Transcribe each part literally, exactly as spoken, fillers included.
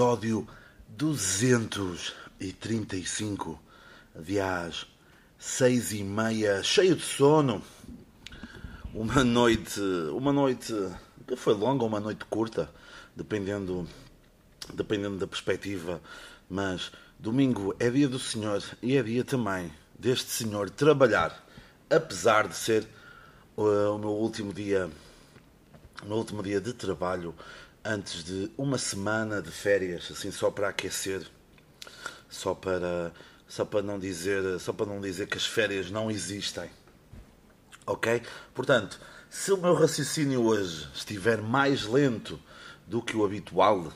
episódio duzentos e trinta e cinco, aliás, seis e meia, cheio de sono. Uma noite, uma noite que foi longa, uma noite curta, dependendo, dependendo da perspectiva, mas domingo é dia do Senhor e é dia também deste Senhor trabalhar, apesar de ser uh, o meu último dia, o meu último dia de trabalho, antes de uma semana de férias, assim só para aquecer, só para, só para não dizer, só para não dizer que as férias não existem. Ok? Portanto, se o meu raciocínio hoje estiver mais lento do que o habitual,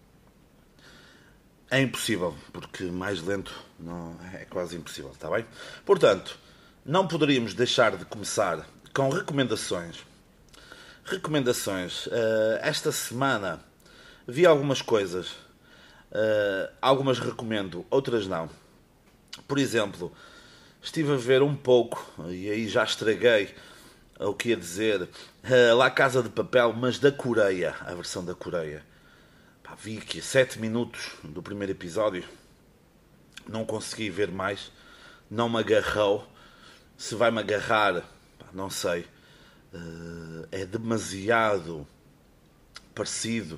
é impossível, porque mais lento não, é quase impossível, está bem? Portanto, não poderíamos deixar de começar com recomendações. Recomendações. Uh, esta semana vi algumas coisas. Uh, algumas recomendo, outras não. Por exemplo, estive a ver um pouco, e aí já estraguei o que ia dizer, uh, La Casa de Papel, mas da Coreia, a versão da Coreia. Pá, vi aqui sete minutos do primeiro episódio, não consegui ver mais, não me agarrou. Se vai me agarrar, pá, não sei. Uh, é demasiado parecido,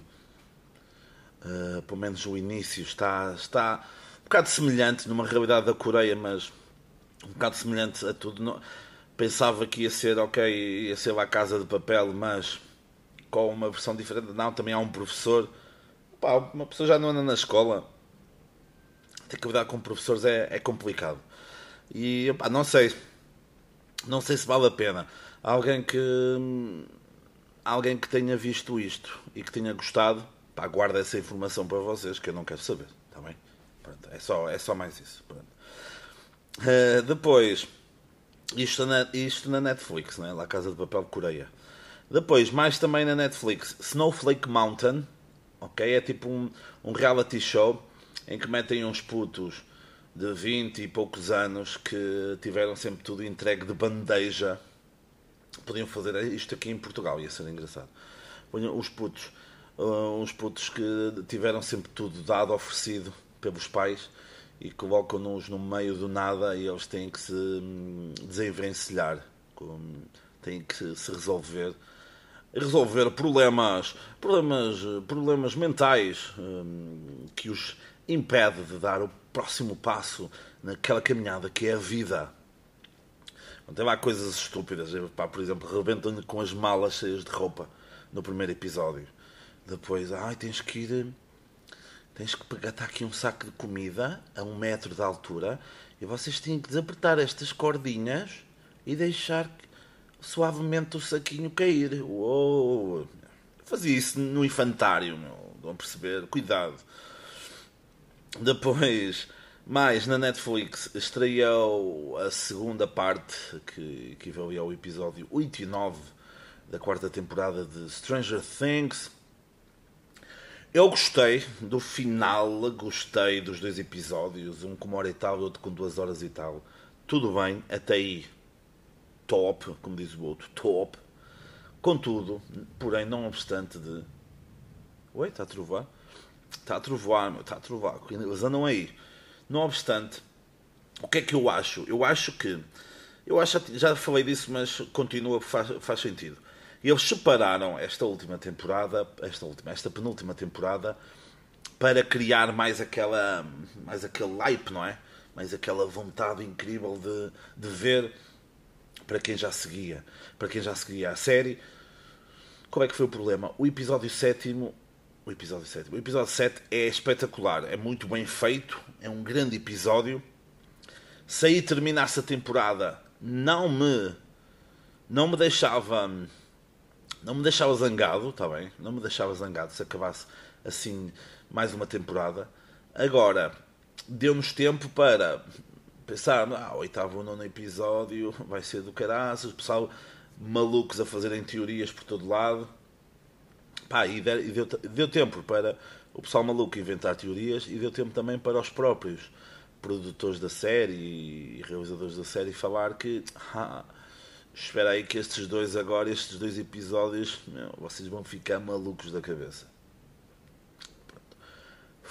uh, pelo menos o início está, está um bocado semelhante numa realidade da Coreia, mas um bocado semelhante a tudo. Não, pensava que ia ser ok, ia ser lá a Casa de Papel, mas com uma versão diferente. Não, também há um professor. Pá, uma pessoa já não anda na escola, ter que lidar com professores é, é complicado. E pá, não sei, não sei se vale a pena. Alguém que alguém que tenha visto isto e que tenha gostado, pá, guarda essa informação para vocês, que eu não quero saber, está bem? Pronto, é, só, é só mais isso. Uh, depois, isto na, isto na Netflix, né? La Casa de Papel de Coreia. Depois, mais também na Netflix, Snowflake Mountain, ok? É tipo um, um reality show em que metem uns putos de vinte e poucos anos que tiveram sempre tudo entregue de bandeja. Podiam fazer isto aqui em Portugal, ia ser engraçado. Os putos, uns putos que tiveram sempre tudo dado, oferecido pelos pais, e colocam-nos no meio do nada e eles têm que se desenvencilhar, têm que se resolver, resolver problemas, problemas, problemas mentais que os impede de dar o próximo passo naquela caminhada que é a vida. Tem lá coisas estúpidas, pá, por exemplo, rebentam-lhe com as malas cheias de roupa no primeiro episódio. Depois, ai, tens que ir, tens que pegar, está aqui um saco de comida a um metro de altura e vocês têm que desapertar estas cordinhas e deixar suavemente o saquinho cair. Uou! Fazia isso no infantário, meu. Vão perceber? Cuidado. Depois, mais na Netflix, estreou a segunda parte, que equivale ao episódio oito e nove da quarta temporada de Stranger Things. Eu gostei do final, gostei dos dois episódios, um com uma hora e tal, outro com duas horas e tal. Tudo bem, até aí, top, como diz o outro, top. Contudo, porém, não obstante de... Oi, está a trovar? Está a trovar, meu, está a trovar, eles andam aí. Não obstante, o que é que eu acho? Eu acho que, eu acho, já falei disso, mas continua, faz, faz sentido. Eles separaram esta última temporada, esta última, esta penúltima temporada, para criar mais aquela, mais aquele hype, não é? Mais aquela vontade incrível de, de ver para quem já seguia, para quem já seguia a série. Qual é que foi o problema? O episódio sétimo O episódio sete. O episódio sete é espetacular, é muito bem feito, é um grande episódio. Se aí terminasse a temporada, não me não me deixava não me deixava zangado, está bem? Não me deixava zangado se acabasse assim mais uma temporada. Agora, deu-nos tempo para pensar, ah, o oitavo ou nono episódio vai ser do caraças, o pessoal malucos a fazerem teorias por todo lado. Pá, e deu, deu tempo para o pessoal maluco inventar teorias e deu tempo também para os próprios produtores da série e realizadores da série falar que ah, espera aí que estes dois agora, estes dois episódios, meu, vocês vão ficar malucos da cabeça. Pronto.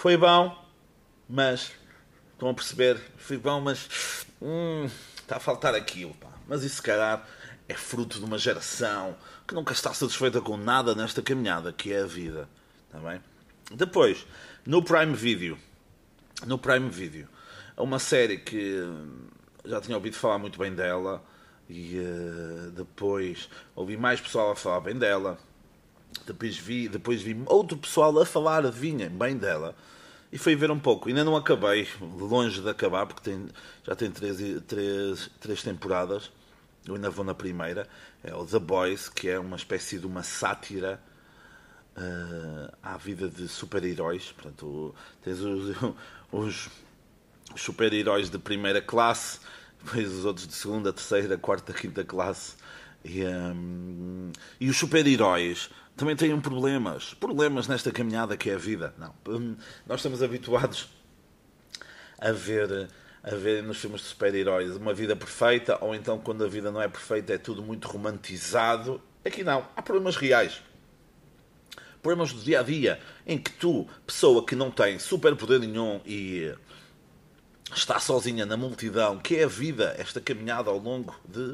Foi bom, mas estão a perceber? Foi bom, mas hum, está a faltar aquilo, pá. Mas isso, se calhar, é fruto de uma geração que nunca está satisfeita com nada nesta caminhada, que é a vida. Está bem? Depois, no Prime Video, no Prime Video, é uma série que já tinha ouvido falar muito bem dela e uh, depois ouvi mais pessoal a falar bem dela. Depois vi, depois vi outro pessoal a falar, vinha bem dela. E fui ver um pouco. Ainda não acabei, longe de acabar, porque tem, já tem três, três, três temporadas. Eu ainda vou na primeira. É o The Boys, que é uma espécie de uma sátira uh, à vida de super-heróis. Portanto, tens os, os, os super-heróis de primeira classe, depois os outros de segunda, terceira, quarta, quinta classe. E, um, e os super-heróis também têm problemas. Problemas nesta caminhada que é a vida. Não, nós estamos habituados a ver, a ver nos filmes de super-heróis uma vida perfeita, ou então quando a vida não é perfeita é tudo muito romantizado. Aqui não, há problemas reais. Problemas do dia-a-dia, em que tu, pessoa que não tem superpoder nenhum e está sozinha na multidão, que é a vida, esta caminhada ao longo de...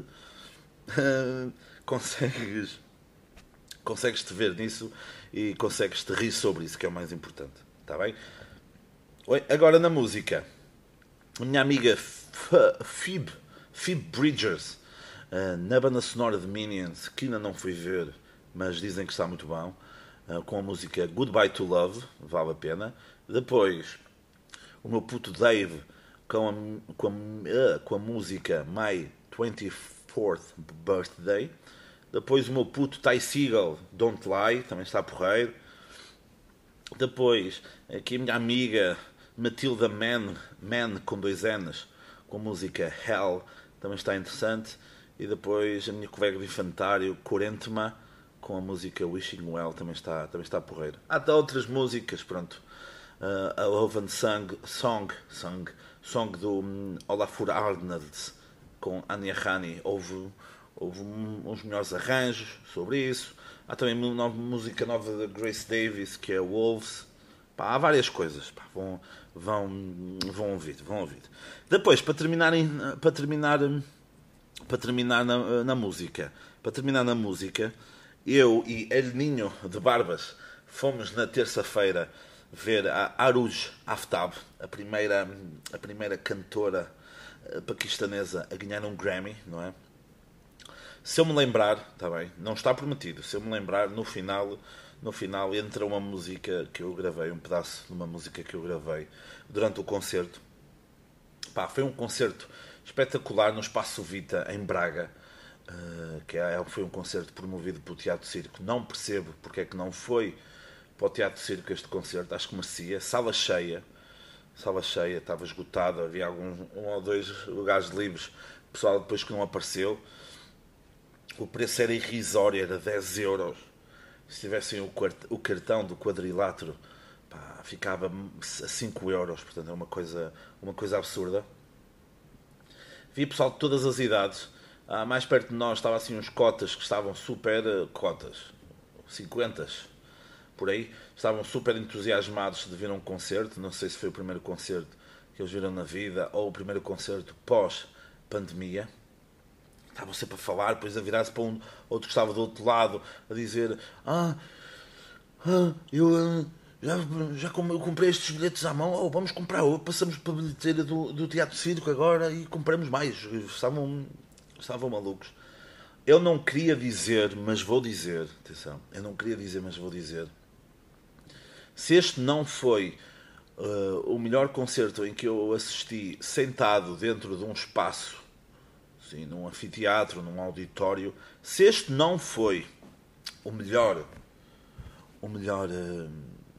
consegues consegues te ver nisso e consegues te rir sobre isso, que é o mais importante, está bem? Oi, agora na música, a minha amiga Phoebe, Phoebe Bridgers, na banda sonora de Minions, que ainda não fui ver, mas dizem que está muito bom, com a música Goodbye to Love, vale a pena. Depois o meu puto Dave com a, com a, com a música My twenty-fourth Birthday. Depois o meu puto Ty Segall, Don't Lie, também está porreiro. Depois aqui a minha amiga Matilda Mann, Mann com dois N's, com a música Hell, também está interessante. E depois a minha colega de infantário Corentema, com a música Wishing Well, também está, também está porreiro. Há até outras músicas, pronto. Uh, a Oven Song, Song, Song, Song do um, Olafur Arnalds com Anya Rani, houve, houve uns melhores arranjos sobre isso. Há também uma música nova da Grace Davis, que é Wolves. Pá, há várias coisas, pá, vão, vão, vão ouvir, vão ouvir. Depois, para terminar, para terminar, para terminar na, na música, para terminar na música, eu e El Ninho de Barbas fomos na terça-feira ver a Aruj Aftab, a primeira, a primeira cantora paquistanesa a ganhar um Grammy, não é? Se eu me lembrar, está bem, não está prometido, se eu me lembrar, no final, no final entra uma música que eu gravei, um pedaço de uma música que eu gravei durante o concerto. Pá, foi um concerto espetacular no Espaço Vita, em Braga, uh, que é, foi um concerto promovido pelo Teatro Circo. Não percebo porque é que não foi para o Teatro Circo este concerto, acho que merecia. Sala cheia, sala cheia, estava esgotada, havia alguns, um ou dois lugares livres, o pessoal depois que não apareceu. O preço era irrisório, era dez euros. Se tivessem o cartão do quadrilátero, pá, ficava a cinco euros, portanto é uma coisa, uma coisa absurda. Vi pessoal de todas as idades. Ah, mais perto de nós estava assim uns cotas que estavam super cotas, cinquenta por aí, estavam super entusiasmados de ver um concerto. Não sei se foi o primeiro concerto que eles viram na vida ou o primeiro concerto pós-pandemia. Estavam sempre a falar, depois a virar-se para um outro que estava do outro lado a dizer: Ah, ah eu ah, já, já comprei estes bilhetes à mão, oh, vamos comprar outro, passamos para a bilheteira do, do Teatro Circo agora e compramos mais. Estavam, estavam malucos. Eu não queria dizer, mas vou dizer, atenção, eu não queria dizer, mas vou dizer, se este não foi uh, o melhor concerto em que eu assisti sentado dentro de um espaço, sim, num anfiteatro, num auditório, se este não foi o melhor, o melhor, uh,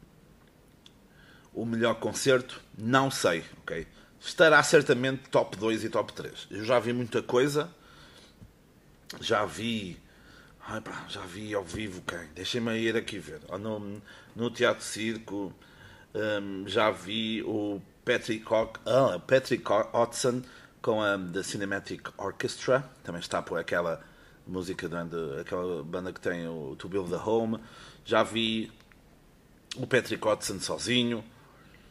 o melhor concerto, não sei, ok? Estará certamente top dois e top três. Eu já vi muita coisa, já vi, ai pá, já vi ao vivo quem? Deixem-me ir aqui ver. No, no Teatro Circo, um, já vi o Patrick, oh, Patrick Hodson com a The Cinematic Orchestra, também está por aquela música, de, aquela banda que tem o To Build the Home. Já vi o Patrick Hodson sozinho.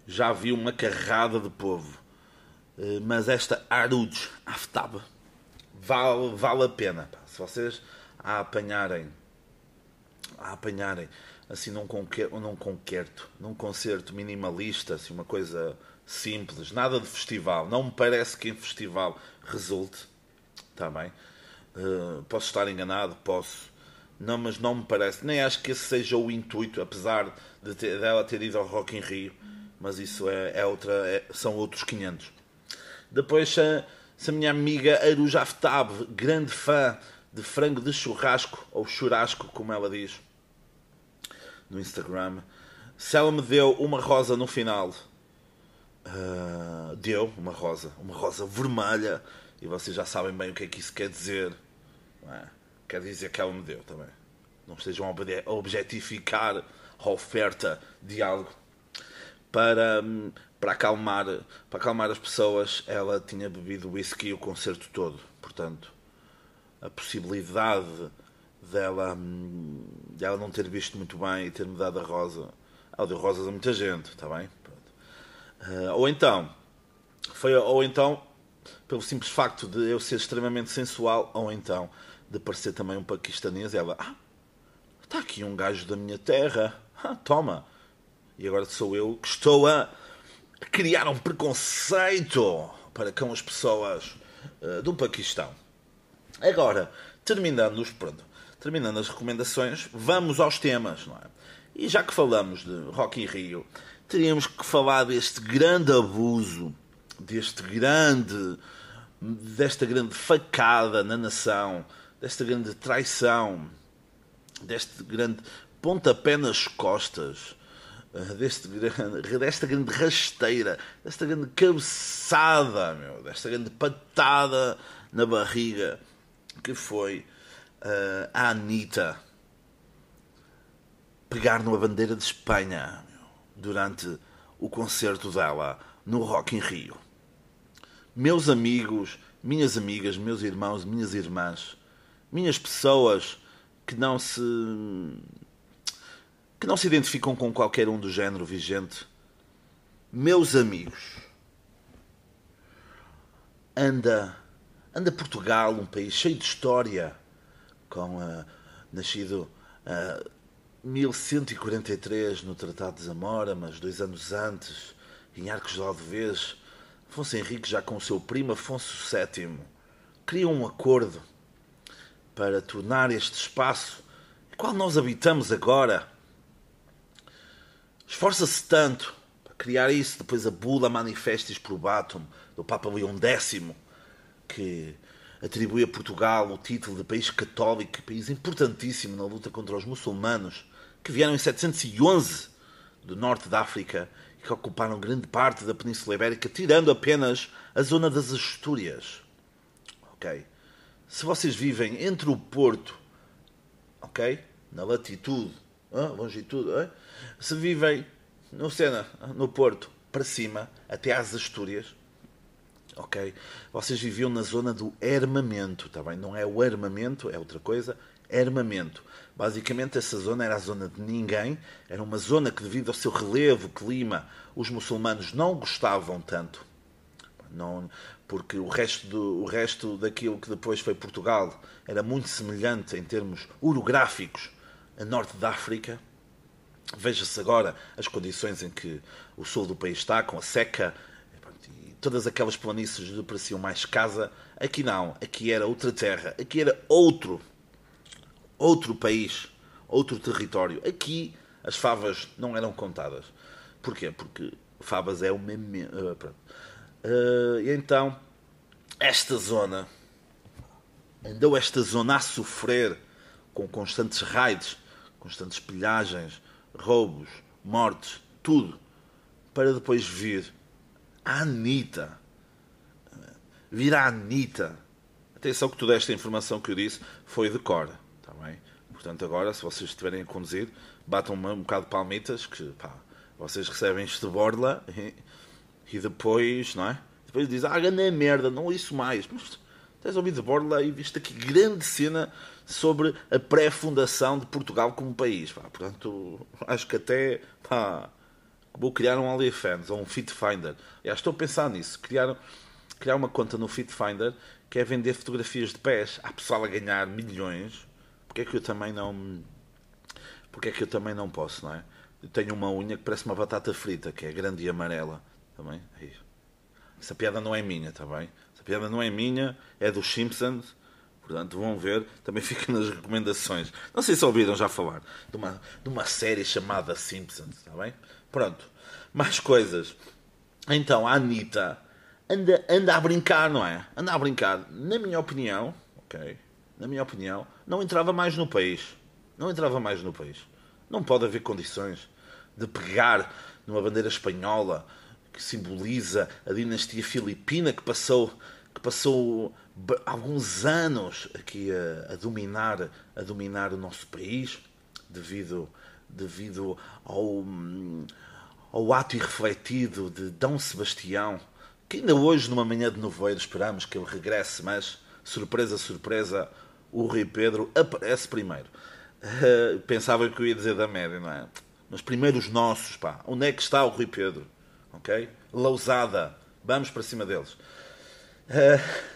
já vi uma carrada de povo. Mas esta Aruj Aftab vale, vale a pena. Pá. Se vocês a apanharem, a apanharem assim num, conquer, num concerto, num concerto minimalista, assim, uma coisa simples, nada de festival. Não me parece que em festival resulte. Está bem? Uh, posso estar enganado, posso. Não, mas não me parece. Nem acho que esse seja o intuito, apesar de ter, dela ter ido ao Rock in Rio. Mas isso é, é outra, é, são outros quinhentos. Depois, se a, se a minha amiga Aruj Aftab, grande fã de frango de churrasco, ou churrasco, como ela diz no Instagram, se ela me deu uma rosa no final, uh, deu uma rosa, uma rosa vermelha, e vocês já sabem bem o que é que isso quer dizer. Não é? Quer dizer que ela me deu também. Não estejam a objetificar a oferta de algo. Para, para, acalmar, para acalmar as pessoas, ela tinha bebido whisky o concerto todo. Portanto, a possibilidade dela, dela não ter visto muito bem e ter-me dado a rosa. Ela deu rosas a muita gente, está bem? Uh, ou então, foi, ou então, pelo simples facto de eu ser extremamente sensual, ou então de parecer também um paquistanês, ela, ah, está aqui um gajo da minha terra, ah, toma. E agora sou eu que estou a criar um preconceito para com as pessoas uh, do Paquistão. Agora, terminando, pronto, terminando as recomendações, vamos aos temas, não é? E já que falamos de Rock in Rio, teríamos que falar deste grande abuso, deste grande, desta grande facada na nação, desta grande traição, deste grande pontapé nas costas, Deste, desta grande rasteira, desta grande cabeçada, meu, desta grande patada na barriga, que foi uh, a Anitta pegar numa bandeira de Espanha, meu, durante o concerto dela no Rock in Rio. Meus amigos, minhas amigas, meus irmãos, minhas irmãs, minhas pessoas que não se... que não se identificam com qualquer um do género vigente, meus amigos, anda, anda Portugal, um país cheio de história, com uh, nascido uh, mil cento e quarenta e três no Tratado de Zamora, mas dois anos antes, em Arcos de Valdevez, Afonso Henriques, já com o seu primo Afonso sétimo, criam um acordo para tornar este espaço, no qual nós habitamos agora, esforça-se tanto para criar isso, depois a Bula Manifestis Probatum do Papa Leão décimo, que atribui a Portugal o título de país católico, país importantíssimo na luta contra os muçulmanos, que vieram em setecentos e onze do norte da África e que ocuparam grande parte da Península Ibérica, tirando apenas a zona das Astúrias. Ok? Se vocês vivem entre o Porto, ok? Na latitude, ah, longitude, ah, se vivem no Sena, no Porto, para cima, até às Astúrias, ok? Vocês viviam na zona do armamento, tá bem? Não é o armamento, é outra coisa, armamento. Basicamente, essa zona era a zona de ninguém, era uma zona que, devido ao seu relevo, clima, os muçulmanos não gostavam tanto, não, porque o resto, do, o resto daquilo que depois foi Portugal era muito semelhante em termos orográficos a norte da África. Veja-se agora as condições em que o sul do país está, com a seca, e todas aquelas planícies lhe pareciam mais casa. Aqui não, aqui era outra terra, aqui era outro, outro país, outro território. Aqui as favas não eram contadas. Porquê? Porque favas é o mesmo... Uh, pronto. Uh, e então, esta zona, andou esta zona a sofrer com constantes raids, constantes pilhagens, roubos, mortes, tudo, para depois vir a Anitta. Vir a Anitta. Atenção que toda esta informação que eu disse foi de cor, está bem? Portanto, agora, se vocês estiverem a conduzir, batam um bocado de palmitas, que pá, vocês recebem isto de borla e, e depois, não é? Depois dizem, ah, grande merda, não isso mais. Mas tens ouvido de borla e viste aqui grande cena sobre a pré-fundação de Portugal como país. Pá. Portanto, acho que até, pá, Vou criar um OnlyFans ou um FitFinder. Já estou a pensar nisso. Criar, criar uma conta no FitFinder que é vender fotografias de pés. Há pessoal a ganhar milhões. Porque é que eu também não... Porque é que eu também não posso, não é? Eu tenho uma unha que parece uma batata frita, que é grande e amarela. Também. Essa piada não é minha, está bem? Essa piada não é minha, é dos Simpsons. Portanto, vão ver, também fica nas recomendações. Não sei se ouviram já falar de uma, de uma série chamada Simpsons, está bem? Pronto, mais coisas. Então, a Anitta anda, anda a brincar, não é? Anda a brincar. Na minha opinião, ok? Na minha opinião, não entrava mais no país. Não entrava mais no país. Não pode haver condições de pegar numa bandeira espanhola que simboliza a dinastia filipina que passou... que passou alguns anos aqui a, a dominar a dominar o nosso país devido devido ao ao ato irrefletido de Dom Sebastião, que ainda hoje numa manhã de nevoeiro esperamos que ele regresse, mas surpresa, surpresa, o Rei Pedro aparece primeiro. Uh, pensava que eu ia dizer da média, não é? Mas primeiro os nossos, pá. Onde é que está o Rei Pedro? Ok? Lousada. Vamos para cima deles. Uh,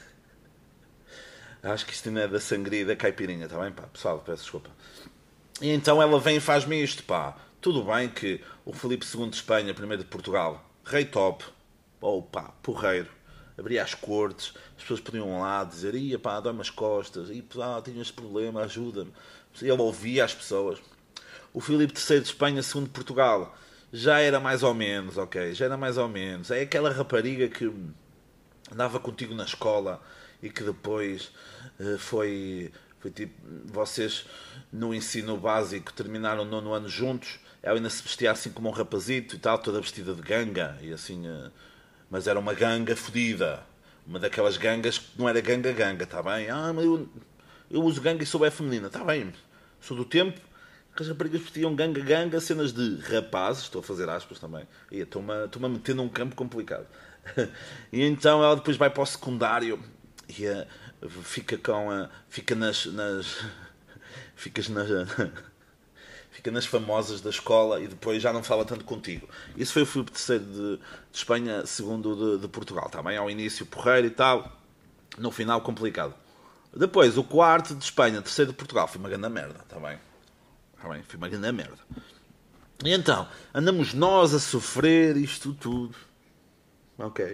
acho que isto ainda é da sangria e da caipirinha, está bem, pá? Pessoal, peço desculpa. E então ela vem e faz-me isto, pá. Tudo bem que o Filipe segundo de Espanha, primeiro de Portugal, rei top, ou pá, porreiro, abria as cortes, as pessoas podiam lá dizer, ia pá, dói-me as costas, e pá, tenho este problema, ajuda-me. Ele ouvia as pessoas. O Filipe terceiro de Espanha, segundo de Portugal, já era mais ou menos, ok? Já era mais ou menos. É aquela rapariga que andava contigo na escola e que depois uh, foi, foi tipo, vocês no ensino básico terminaram o nono ano juntos, ela ainda se vestia assim como um rapazito e tal, toda vestida de ganga, e assim, uh, mas era uma ganga fodida, uma daquelas gangas que não era ganga-ganga, está bem? Ah, mas eu, eu uso ganga e sou bem feminina, está bem, sou do tempo que as raparigas vestiam ganga-ganga, cenas de rapazes, estou a fazer aspas também, e estou-me a, estou-me a meter num campo complicado. E então ela depois vai para o secundário e uh, fica com a, fica nas, nas ficas nas fica nas famosas da escola e depois já não fala tanto contigo. Isso foi o Filipe terceiro de, de Espanha, segundo de, de Portugal, também ao início porreiro e tal, no final complicado. Depois o quarto de Espanha, terceiro de Portugal, foi uma grande merda, está bem? Está bem, foi uma grande merda. E então andamos nós a sofrer isto tudo. Ok.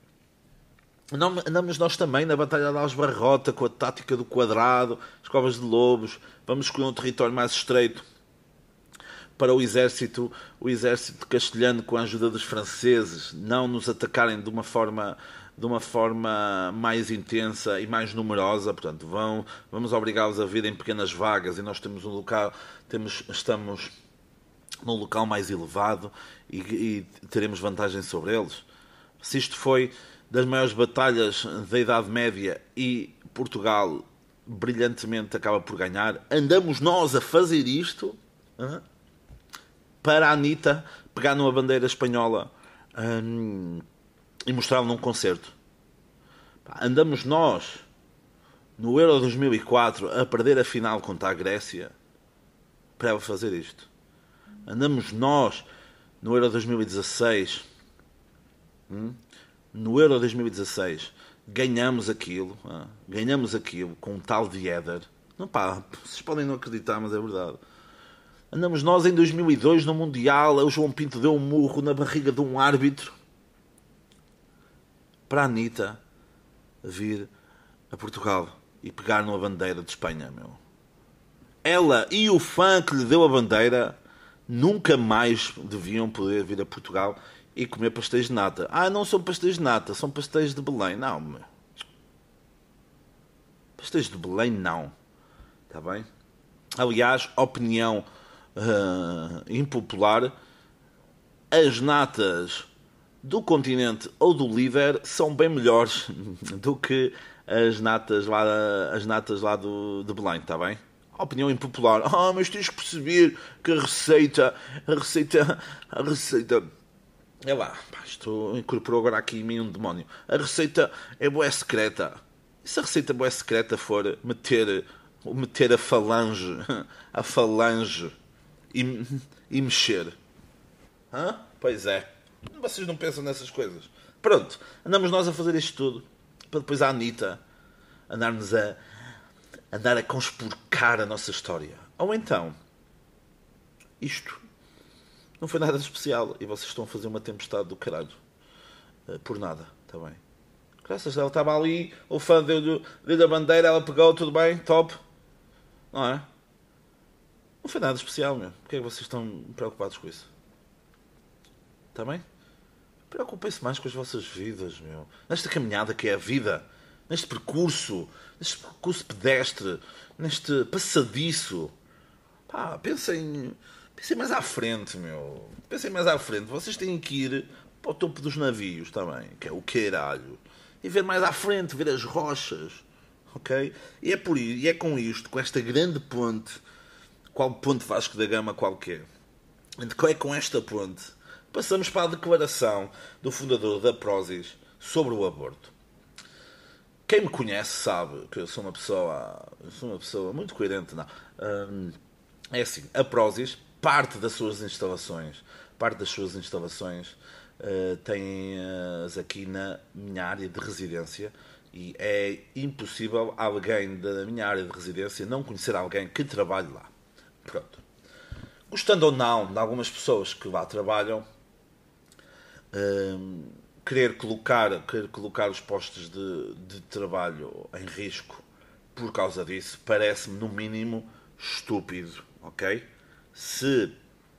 Andamos nós também na Batalha de Aljubarrota com a tática do quadrado, as covas de lobos. Vamos escolher um território mais estreito para o exército, o exército castelhano, com a ajuda dos franceses, não nos atacarem de uma forma, de uma forma mais intensa e mais numerosa. Portanto, vão, vamos obrigá-los a vir em pequenas vagas e nós temos um local, temos, estamos num local mais elevado e, e teremos vantagem sobre eles. Se isto foi das maiores batalhas da Idade Média e Portugal brilhantemente acaba por ganhar, andamos nós a fazer isto uh, para a Anitta pegar numa bandeira espanhola um, e mostrá-la num concerto. Andamos nós no Euro dois mil e quatro a perder a final contra a Grécia para ela fazer isto. Andamos nós no Euro dois mil e dezasseis hum, no Euro dois mil e dezasseis ganhamos aquilo, ah, ganhamos aquilo com um tal de Éder. Não, pá, vocês podem não acreditar, mas é verdade. Andamos nós em dois mil e dois no Mundial, o João Pinto deu um murro na barriga de um árbitro para a Anitta vir a Portugal e pegar numa bandeira de Espanha, meu. Ela e o fã que lhe deu a bandeira nunca mais deviam poder vir a Portugal e comer pastéis de nata. Ah, não são pastéis de nata, são pastéis de Belém. Não, meu. Pastéis de Belém, não. Está bem? Aliás, opinião uh, impopular, as natas do continente ou do líder são bem melhores do que as natas lá, as natas lá do, de Belém, está bem? Opinião impopular. Ah, mas tens que perceber que a receita, a receita, a receita... É lá, pá, isto incorporou agora aqui em mim um demónio. A receita é bué secreta. E se a receita bué secreta for meter, meter a falange, a falange e, e mexer? Hã? Pois é. Vocês não pensam nessas coisas. Pronto, andamos nós a fazer isto tudo para depois a Anitta andar-nos a andar a conspurcar a nossa história. Ou então, isto não foi nada de especial e vocês estão a fazer uma tempestade do caralho. Uh, por nada, está bem. Graças a ela estava ali, o fã deu-lhe deu a bandeira, ela pegou, tudo bem, top. Não é? Não foi nada de especial, meu. Porquê é que vocês estão preocupados com isso? Está bem? Preocupem-se mais com as vossas vidas, meu. Nesta caminhada que é a vida. Neste percurso. Neste percurso pedestre. Neste passadiço. Pá, pensem... Pensem mais à frente, meu. Pensem mais à frente. Vocês têm que ir para o topo dos navios também. Que é o caralho. E ver mais à frente. Ver as rochas. Ok? E é, por, e é com isto, com esta grande ponte. Qual ponte Vasco da Gama qualquer. Então é com esta ponte... Passamos para a declaração do fundador da Prozis sobre o aborto. Quem me conhece sabe que eu sou uma pessoa, eu sou uma pessoa muito coerente. Não. Hum, é assim, a Prozis, parte das suas instalações, parte das suas instalações uh, tem-as aqui na minha área de residência e é impossível alguém da minha área de residência não conhecer alguém que trabalhe lá. Pronto. Gostando ou não de algumas pessoas que lá trabalham, Um, querer, colocar, querer colocar os postos de, de trabalho em risco por causa disso parece-me no mínimo estúpido, ok? Se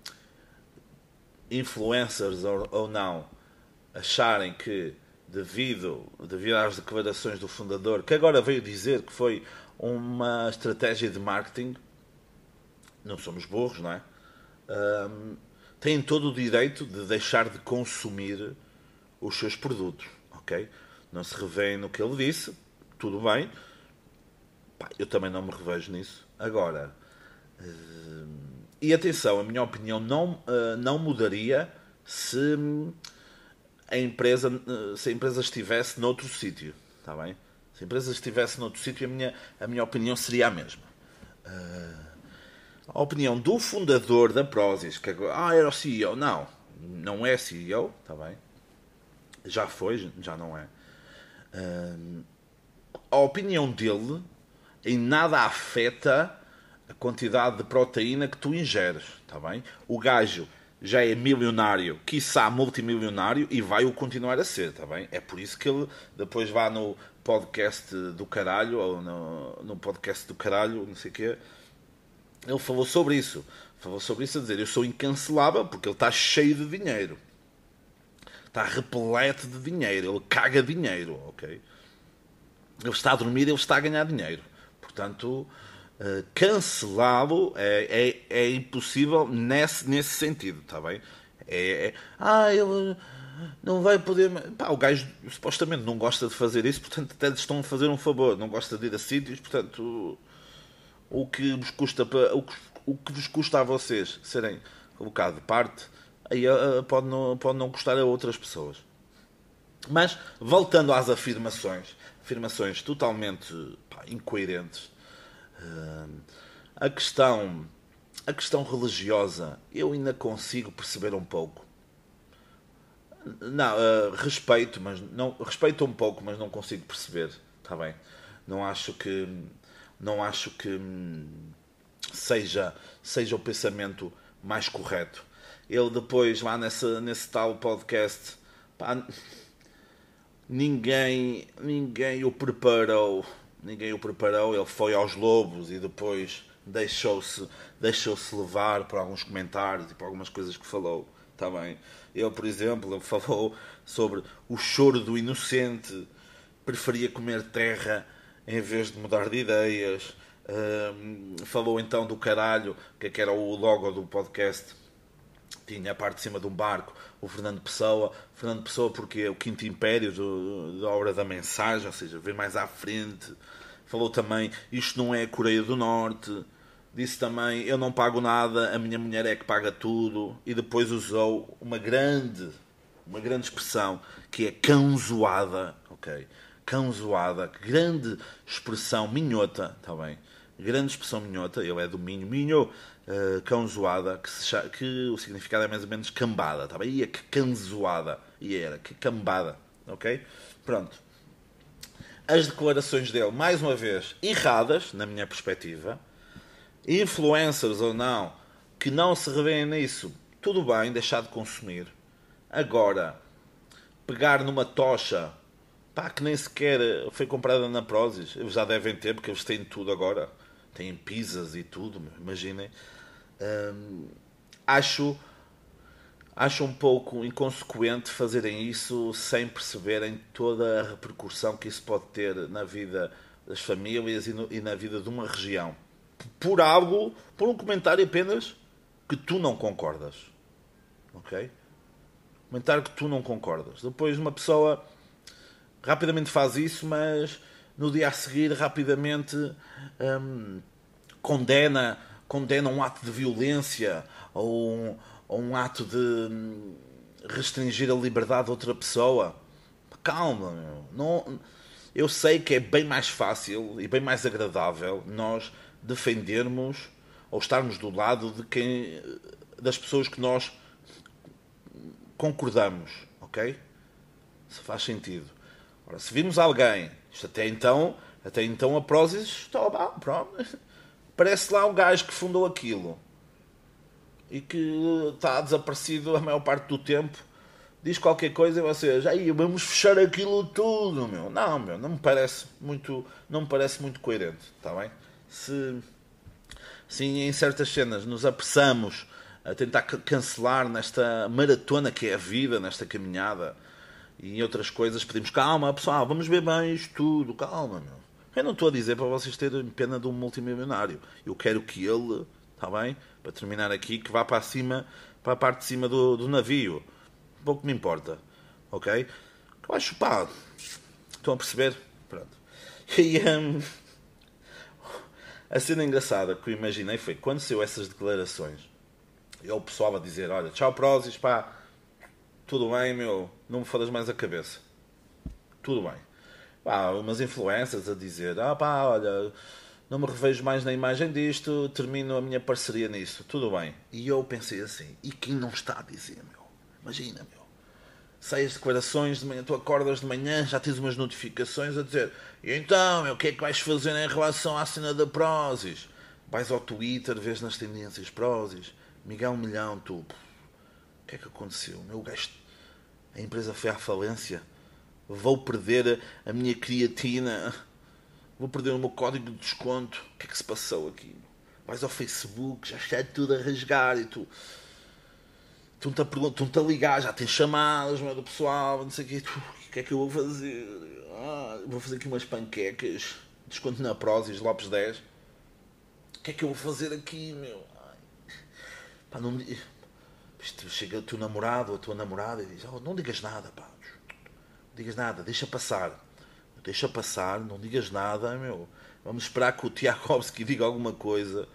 influencers ou, ou não acharem que devido, devido às declarações do fundador, que agora veio dizer que foi uma estratégia de marketing, não somos burros, não é? Um, têm todo o direito de deixar de consumir os seus produtos, ok? Não se revêem no que ele disse, tudo bem. Pá, eu também não me revejo nisso. Agora, uh, e atenção, a minha opinião não, uh, não mudaria se a empresa, uh, se a empresa estivesse noutro sítio, está bem? Se a empresa estivesse noutro sítio, a minha, a minha opinião seria a mesma. Uh, A opinião do fundador da Prozis, que agora, ah, era o C E O. Não, não é C E O, está bem. Já foi, já não é. Uh, a opinião dele em nada afeta a quantidade de proteína que tu ingeres, está bem? O gajo já é milionário, quiçá multimilionário, e vai o continuar a ser, está bem? É por isso que ele depois vai no podcast do caralho, ou no, no podcast do caralho, não sei o quê. Ele falou sobre isso. Falou sobre isso a dizer, eu sou incancelável porque ele está cheio de dinheiro. Está repleto de dinheiro. Ele caga dinheiro, ok? Ele está a dormir, ele está a ganhar dinheiro. Portanto, uh, cancelá-lo é, é, é impossível nesse, nesse sentido, está bem? É, é, ah, ele não vai poder... Pá, o gajo supostamente não gosta de fazer isso, portanto até lhes estão a fazer um favor. Não gosta de ir a sítios, portanto... O que vos custa, o que, o que vos custa a vocês serem colocados de parte, aí pode não, pode não custar a outras pessoas. Mas, voltando às afirmações, afirmações totalmente pá, incoerentes, a questão, a questão religiosa, eu ainda consigo perceber um pouco. Não, uh, respeito, mas não, respeito um pouco, mas não consigo perceber, está bem? Não acho que... Não acho que seja, seja o pensamento mais correto. Ele depois, lá nesse, nesse tal podcast, pá, ninguém, ninguém o preparou. Ninguém o preparou. Ele foi aos lobos e depois deixou-se deixou-se levar por alguns comentários e por algumas coisas que falou. Tá bem? Ele, por exemplo, ele falou sobre o choro do inocente. Preferia comer terra em vez de mudar de ideias. Um, falou então do caralho, que, é que era o logo do podcast. Tinha a parte de cima de um barco, o Fernando Pessoa. Fernando Pessoa porque é o quinto império do, da obra da mensagem, ou seja, ver mais à frente. Falou também, isto não é a Coreia do Norte. Disse também, eu não pago nada, a minha mulher é que paga tudo. E depois usou uma grande, uma grande expressão, que é cãozoada, ok? Cãozoada, grande expressão minhota, está bem? grande expressão minhota, ele é do Minho, Minho, uh, cão zoada, que, se chama, que o significado é mais ou menos cambada, tá bem? Ia que canzoada, e era, que cambada, ok? Pronto. As declarações dele, mais uma vez, erradas, na minha perspectiva, influencers ou não, que não se revêem nisso, tudo bem, deixar de consumir. Agora, pegar numa tocha, pá, que nem sequer foi comprada na Prozis, eles já devem ter, porque eles têm tudo agora, têm pizzas e tudo, imaginem. Hum, acho, acho um pouco inconsequente fazerem isso sem perceberem toda a repercussão que isso pode ter na vida das famílias e, no, e na vida de uma região. Por algo, por um comentário apenas que tu não concordas. Ok? Comentário que tu não concordas. Depois uma pessoa rapidamente faz isso, mas no dia a seguir rapidamente hum, condena, condena um ato de violência ou um, ou um ato de hum, restringir a liberdade de outra pessoa. Calma, meu. Não, eu sei que é bem mais fácil e bem mais agradável nós defendermos ou estarmos do lado de quem, das pessoas que nós concordamos, ok? Se faz sentido. Ora, se vimos alguém, isto até então, até então a Prozis está bem, pronto. Parece lá um gajo que fundou aquilo e que está desaparecido a maior parte do tempo, diz qualquer coisa e vocês, aí vamos fechar aquilo tudo, meu. Não, meu, não me parece muito, não me parece muito coerente, está bem? Se, se em certas cenas nos apressamos a tentar cancelar nesta maratona que é a vida, nesta caminhada, e em outras coisas pedimos, calma pessoal, vamos ver bem isto tudo, calma, meu. Eu não estou a dizer para vocês terem pena de um multimilionário. Eu quero que ele, está bem, para terminar aqui, que vá para cima, para a parte de cima do, do navio. Pouco me importa, ok? Eu acho, pá, estão a perceber? Pronto. E um, a cena engraçada que eu imaginei foi, quando saiu essas declarações, eu o pessoal a dizer, olha, tchau Prozis, pá, tudo bem, meu, não me fodas mais a cabeça. Tudo bem. Pá, umas influências a dizer, ah pá, olha, não me revejo mais na imagem disto, termino a minha parceria nisso. Tudo bem. E eu pensei assim, e quem não está a dizer, meu? Imagina, meu. Sai as declarações de manhã, tu acordas de manhã, já tens umas notificações a dizer, e então, meu, o que é que vais fazer em relação à cena da Prozis? Vais ao Twitter, vês nas tendências Prozis, Miguel Milhão, tu, o que é que aconteceu? Meu gajo, a empresa foi à falência, vou perder a minha creatina, vou perder o meu código de desconto, o que é que se passou aqui? Vais ao Facebook, já está tudo a rasgar e tu... Estão-te a perguntar, estão-te a ligar, já tens chamadas, meu, do pessoal, não sei o quê. Tu, o que é que eu vou fazer? Ah, vou fazer aqui umas panquecas, desconto na Prozis, Lopes dez. O que é que eu vou fazer aqui, meu? Ai. Pá, não me... Isto, chega o teu namorado ou a tua namorada e diz, oh, não digas nada, pá. Não digas nada, deixa passar. Deixa passar, não digas nada, meu. Vamos esperar que o Tiagovski diga alguma coisa.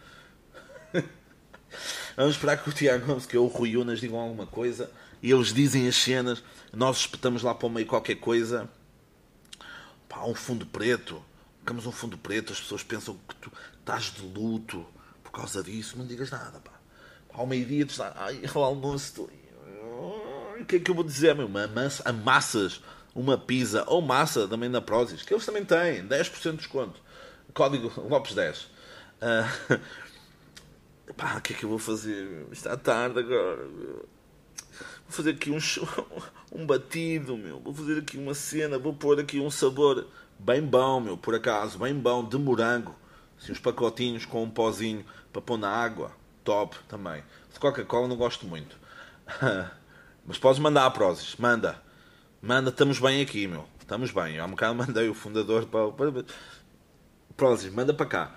Vamos esperar que o Tiago Gomes, que é o Rui Unas, digam alguma coisa e eles dizem as cenas, nós espetamos lá para o meio qualquer coisa, pá, um fundo preto, colocamos um fundo preto, as pessoas pensam que tu estás de luto por causa disso, não digas nada, pá. Ao meio-dia tu estás, ai, ao almoço, tu... o que é que eu vou dizer, meu? Massa, amassas uma pizza ou massa também na Prozis, que eles também têm, dez por cento de desconto, código Lopes dez. Uh, Pá, o que é que eu vou fazer? Está tarde agora. Meu. Vou fazer aqui um, um batido, meu. Vou fazer aqui uma cena. Vou pôr aqui um sabor bem bom, meu. Por acaso, bem bom, de morango. Assim, uns pacotinhos com um pozinho para pôr na água. Top, também. De Coca-Cola não gosto muito. Mas podes mandar a Prozis. Manda. Manda, estamos bem aqui, meu. Estamos bem. Há um bocado mandei o fundador para... para... Prozis, manda para cá.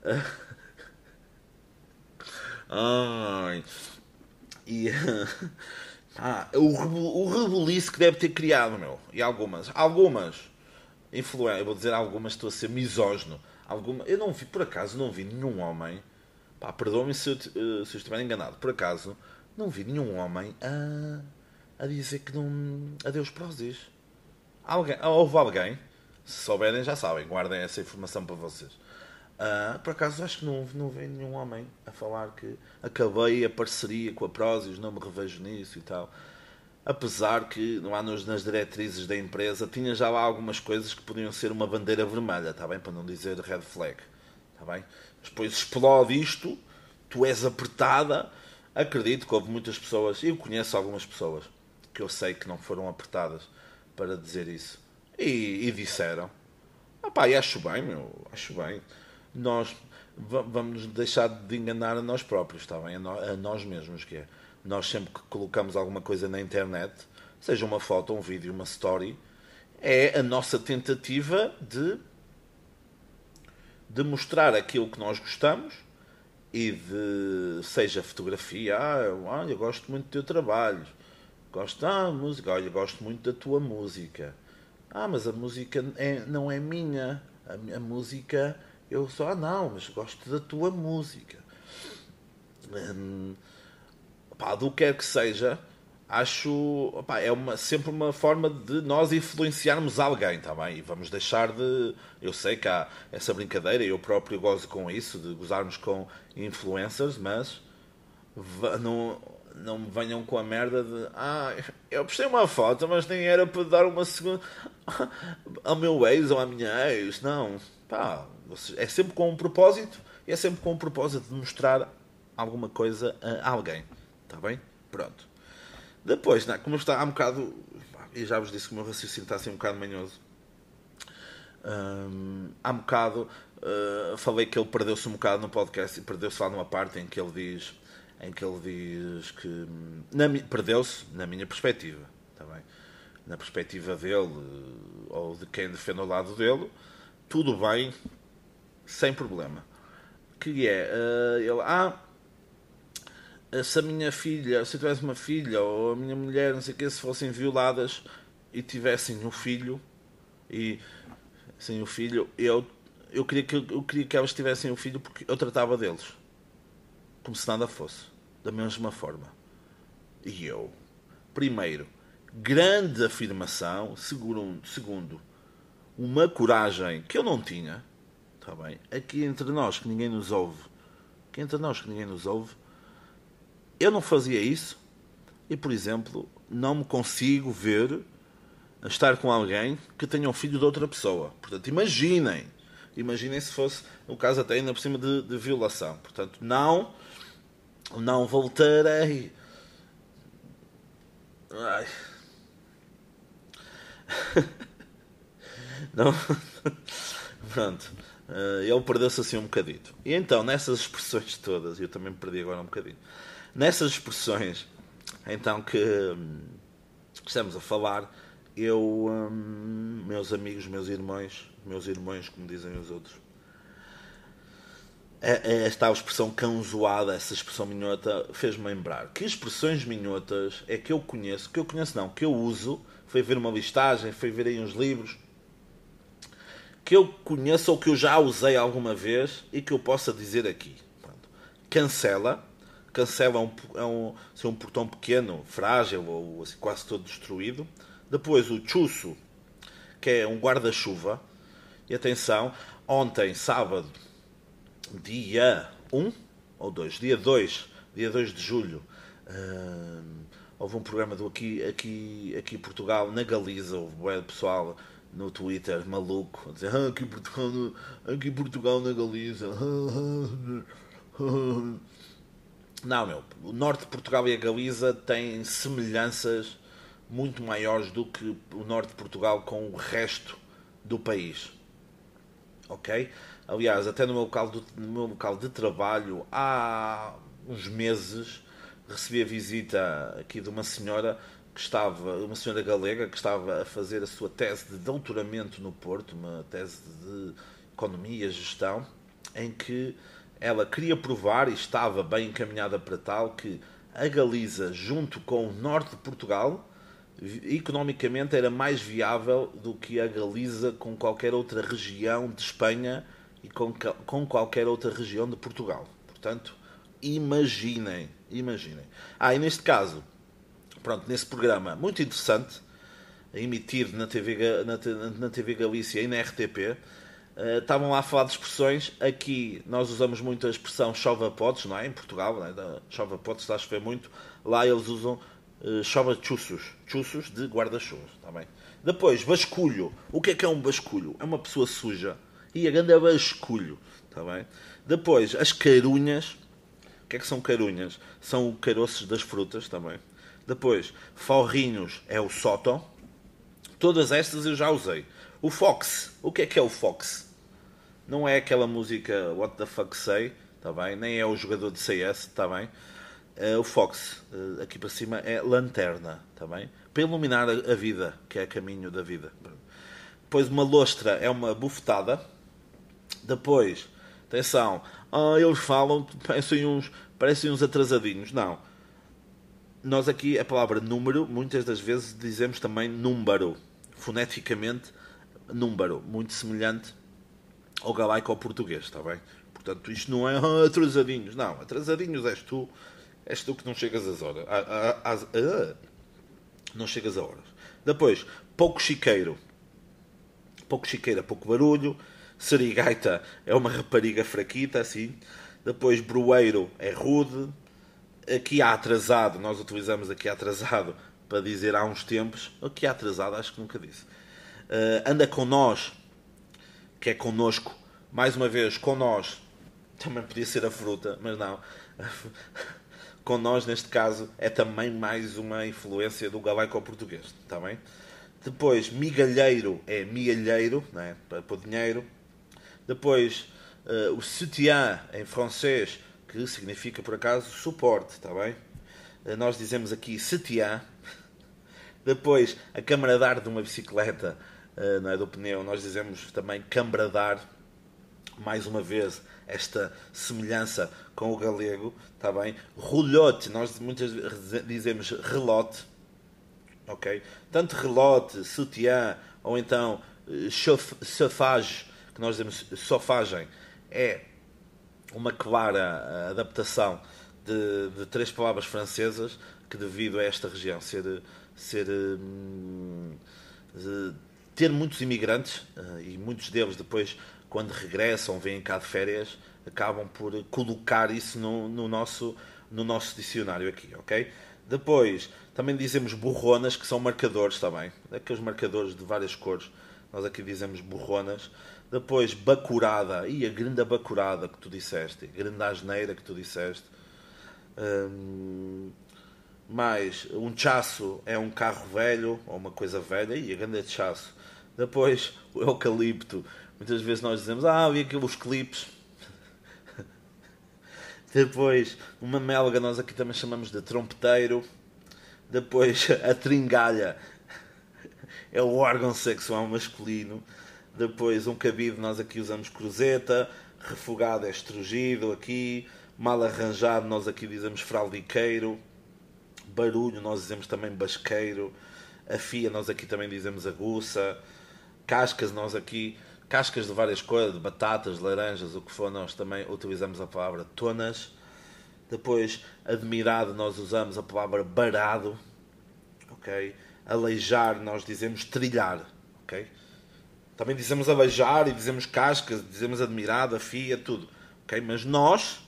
Ai. E ah, o, o rebuliço que deve ter criado, meu. E algumas, algumas influências, eu vou dizer algumas, estou a ser misógino. Alguma, eu não vi, por acaso, não vi nenhum homem, pá, perdoa-me se, eu, se eu estiver enganado, por acaso, não vi nenhum homem a, a dizer que não. Adeus Prozis. Alguém, houve alguém, se souberem já sabem, guardem essa informação para vocês. Uh, por acaso acho que não, não vem nenhum homem a falar que acabei a parceria com a Prozis, não me revejo nisso e tal. Apesar que lá nos, nas diretrizes da empresa tinha já lá algumas coisas que podiam ser uma bandeira vermelha, está bem? Para não dizer red flag, está bem? Mas depois explode isto, tu és apertada. Acredito que houve muitas pessoas, eu conheço algumas pessoas que eu sei que não foram apertadas para dizer isso. E, e disseram. Ah pá, e acho bem, meu, acho bem. Nós vamos deixar de enganar a nós próprios, está bem? A nós mesmos, que é. Nós sempre que colocamos alguma coisa na internet, seja uma foto, um vídeo, uma story, é a nossa tentativa de, de mostrar aquilo que nós gostamos e de, seja fotografia, ah, eu, olha, eu gosto muito do teu trabalho, gosto da música, olha, eu gosto muito da tua música. Ah, mas a música é, não é minha, a, a música, eu só, ah, não, mas gosto da tua música. Hum, Pá, do que quer que seja, acho, pá, é uma, sempre uma forma de nós influenciarmos alguém, tá bem? E vamos deixar de... Eu sei que há essa brincadeira, eu próprio gozo com isso, de gozarmos com influencers, mas não, não me venham com a merda de... Ah, eu postei uma foto, mas nem era para dar uma segunda... ao meu ex ou à minha ex. Não, pá, é sempre com um propósito, e é sempre com o propósito de mostrar alguma coisa a alguém. Está bem? Pronto. Depois, não, como está há um bocado... E já vos disse que o meu raciocínio está assim um bocado manhoso. Hum, há um bocado... Uh, falei que ele perdeu-se um bocado no podcast e perdeu-se lá numa parte em que ele diz... Em que ele diz que... Na, perdeu-se na minha perspectiva. Está bem? Na perspectiva dele, ou de quem defende ao lado dele, tudo bem, sem problema. Que é... Uh, ele... Ah... Se a minha filha, se eu tivesse uma filha ou a minha mulher, não sei o que, se fossem violadas e tivessem um filho e sem o filho, eu, eu, queria que, eu queria que elas tivessem um filho porque eu tratava deles como se nada fosse, da mesma forma. E eu, primeiro, grande afirmação, segundo, segundo uma coragem que eu não tinha, está bem? Aqui entre nós que ninguém nos ouve, aqui entre nós que ninguém nos ouve, eu não fazia isso e, por exemplo, não me consigo ver a estar com alguém que tenha um filho de outra pessoa. Portanto, imaginem. Imaginem se fosse um caso até ainda por cima de, de violação. Portanto, não, não voltarei. Ai. Não. Pronto. Ele perdeu-se assim um bocadito. E então, nessas expressões todas, eu também me perdi agora um bocadinho. Nessas expressões, então, que, que estamos a falar, eu, hum, meus amigos, meus irmãos, meus irmãos, como dizem os outros, esta expressão cãozoada, essa expressão minhota, fez-me lembrar. Que expressões minhotas é que eu conheço, que eu conheço não, que eu uso, foi ver uma listagem, foi ver aí uns livros, que eu conheço ou que eu já usei alguma vez e que eu possa dizer aqui. Pronto. Cancela. Cancela é um, é um, assim, um portão pequeno, frágil ou assim, quase todo destruído. Depois o chuço, que é um guarda-chuva. E atenção, ontem, sábado, dia um ou dois, dia dois, dia dois de julho, hum, houve um programa do aqui, aqui, aqui em Portugal, na Galiza, houve o pessoal no Twitter maluco a dizer ah, aqui, em Portugal, aqui em Portugal na Galiza. Não, meu, o norte de Portugal e a Galiza têm semelhanças muito maiores do que o norte de Portugal com o resto do país. Ok? Aliás, até no meu local, do, no meu local de trabalho, há uns meses, recebi a visita aqui de uma senhora que estava, uma senhora galega, que estava a fazer a sua tese de doutoramento no Porto, uma tese de economia e gestão, em que ela queria provar, e estava bem encaminhada para tal, que a Galiza, junto com o norte de Portugal, economicamente era mais viável do que a Galiza com qualquer outra região de Espanha e com, com qualquer outra região de Portugal. Portanto, imaginem, imaginem. Ah, e neste caso, pronto, nesse programa muito interessante, emitido na T V, na, na T V Galícia e na R T P, Uh, estavam lá a falar de expressões. Aqui nós usamos muito a expressão chova-potes, não é? Em Portugal, não é? Chova-potes, está a chover muito. Lá eles usam uh, chova-chuços, chuços de guarda-chuvas, está bem? Depois, basculho. O que é que é um basculho? É uma pessoa suja. E a grande é basculho, está bem? Depois, as carunhas. O que é que são carunhas? São caroços das frutas, também. Depois, forrinhos é o sótão. Todas estas eu já usei. O fox. O que é que é o fox? Não é aquela música What the fuck say, tá bem? Nem é o jogador de C S, tá bem? Uh, o fox, uh, aqui para cima, é lanterna, tá bem? Para iluminar a, a vida, que é caminho da vida. Depois uma lostra é uma bufetada. Depois, atenção, ah, eles falam, parecem uns, parecem uns atrasadinhos. Não. Nós aqui, a palavra número, muitas das vezes dizemos também número. Foneticamente, número. Muito semelhante ao galaico ao português, está bem? Portanto, isto não é ah, atrasadinhos. Não, atrasadinhos és tu. És tu que não chegas às horas. A, a, a, a, não chegas a horas. Depois, pouco chiqueiro. Pouco chiqueiro é pouco barulho. Serigaita é uma rapariga fraquita, assim. Depois, broeiro é rude. Aqui há atrasado. Nós utilizamos aqui atrasado para dizer há uns tempos. Aqui há atrasado, acho que nunca disse. Uh, anda com nós, que é connosco. Mais uma vez, com nós. Também podia ser a fruta, mas não. Com nós, neste caso, é também mais uma influência do galaico ao português. Está bem? Depois, migalheiro é migalheiro, não é? Para pôr dinheiro. Depois, uh, o soutien em francês, que significa, por acaso, suporte. Está bem? Uh, nós dizemos aqui soutien. Depois, a camaradar de uma bicicleta, uh, não é, do pneu, nós dizemos também cambradar. Mais uma vez, esta semelhança com o galego, está bem? Rolhote, nós muitas vezes dizemos relote, ok? Tanto relote, sutiã, ou então chauffage, que nós dizemos sofagem, é uma clara adaptação de, de três palavras francesas que, devido a esta região ser, ser hum, ter muitos imigrantes, e muitos deles depois, quando regressam, vêm cá de férias, acabam por colocar isso no, no, nosso, no nosso dicionário aqui, ok? Depois, também dizemos borronas, que são marcadores também. Aqueles marcadores de várias cores. Nós aqui dizemos borronas. Depois, bacurada. E a grande bacurada que tu disseste. A grande asneira que tu disseste. Hum, mais, um chasso é um carro velho, ou uma coisa velha. E a grande chasso. Depois, o eucalipto. Muitas vezes nós dizemos, ah, vi aqueles clipes. Depois, uma melga, nós aqui também chamamos de trompeteiro. Depois, a tringalha é o órgão sexual masculino. Depois, um cabide, nós aqui usamos cruzeta. Refogado é estrugido aqui. Mal arranjado, nós aqui dizemos fraldiqueiro. Barulho, nós dizemos também basqueiro. Afia, nós aqui também dizemos aguça. Cascas, nós aqui... Cascas de várias coisas, de batatas, de laranjas, o que for, nós também utilizamos a palavra tonas. Depois, admirado, nós usamos a palavra barado. Ok? Aleijar, nós dizemos trilhar. Ok? Também dizemos aleijar e dizemos cascas, dizemos admirado, afia, tudo. Ok? Mas nós,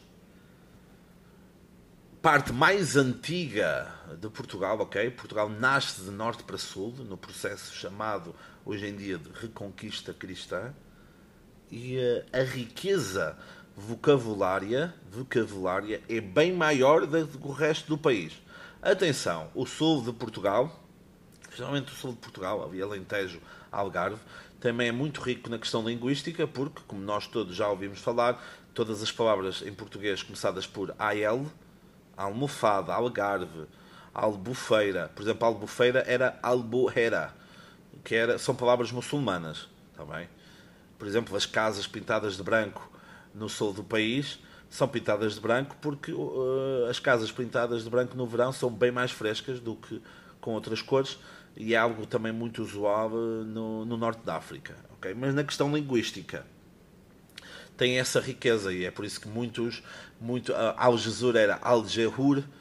parte mais antiga de Portugal, ok? Portugal nasce de norte para sul, no processo chamado hoje em dia de reconquista cristã, e a riqueza vocabulária, vocabulária é bem maior do que o resto do país. Atenção, o sul de Portugal, especialmente o sul de Portugal, ali Alentejo, Algarve, também é muito rico na questão linguística, porque, como nós todos já ouvimos falar, todas as palavras em português começadas por A L, almofada, algarve, albufeira, por exemplo, albufeira era albuera, que era, são palavras muçulmanas, tá bem? Por exemplo, as casas pintadas de branco no sul do país são pintadas de branco porque uh, as casas pintadas de branco no verão são bem mais frescas do que com outras cores, e é algo também muito usual uh, no, no norte da África, ok? Mas na questão linguística tem essa riqueza, e é por isso que muitos, muito, uh, Al-Jezur era Al-Jehur,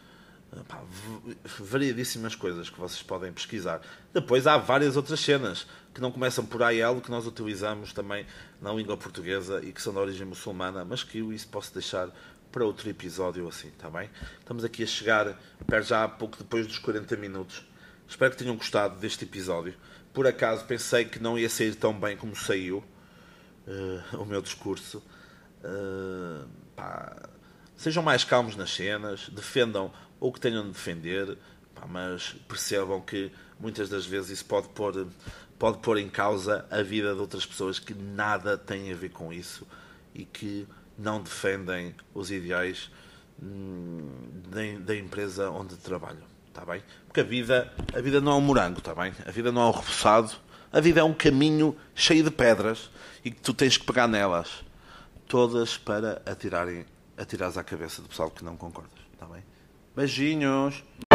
Pá, variedíssimas coisas que vocês podem pesquisar. Depois há várias outras cenas que não começam por A L, que nós utilizamos também na língua portuguesa e que são de origem muçulmana, mas que eu isso posso deixar para outro episódio assim, está bem? Estamos aqui a chegar, perto já há pouco depois dos quarenta minutos. Espero que tenham gostado deste episódio. Por acaso pensei que não ia sair tão bem como saiu uh, o meu discurso. Uh, pá, sejam mais calmos nas cenas, defendam o que tenham de defender, pá, mas percebam que muitas das vezes isso pode pôr, pode pôr em causa a vida de outras pessoas que nada têm a ver com isso e que não defendem os ideais hum, da, da empresa onde trabalham, está bem? Porque a vida, a vida não é um morango, está bem? A vida não é um repousado, a vida é um caminho cheio de pedras e que tu tens que pegar nelas todas para atirarem, atirares à cabeça do pessoal que não concordas, está bem? Beijinhos!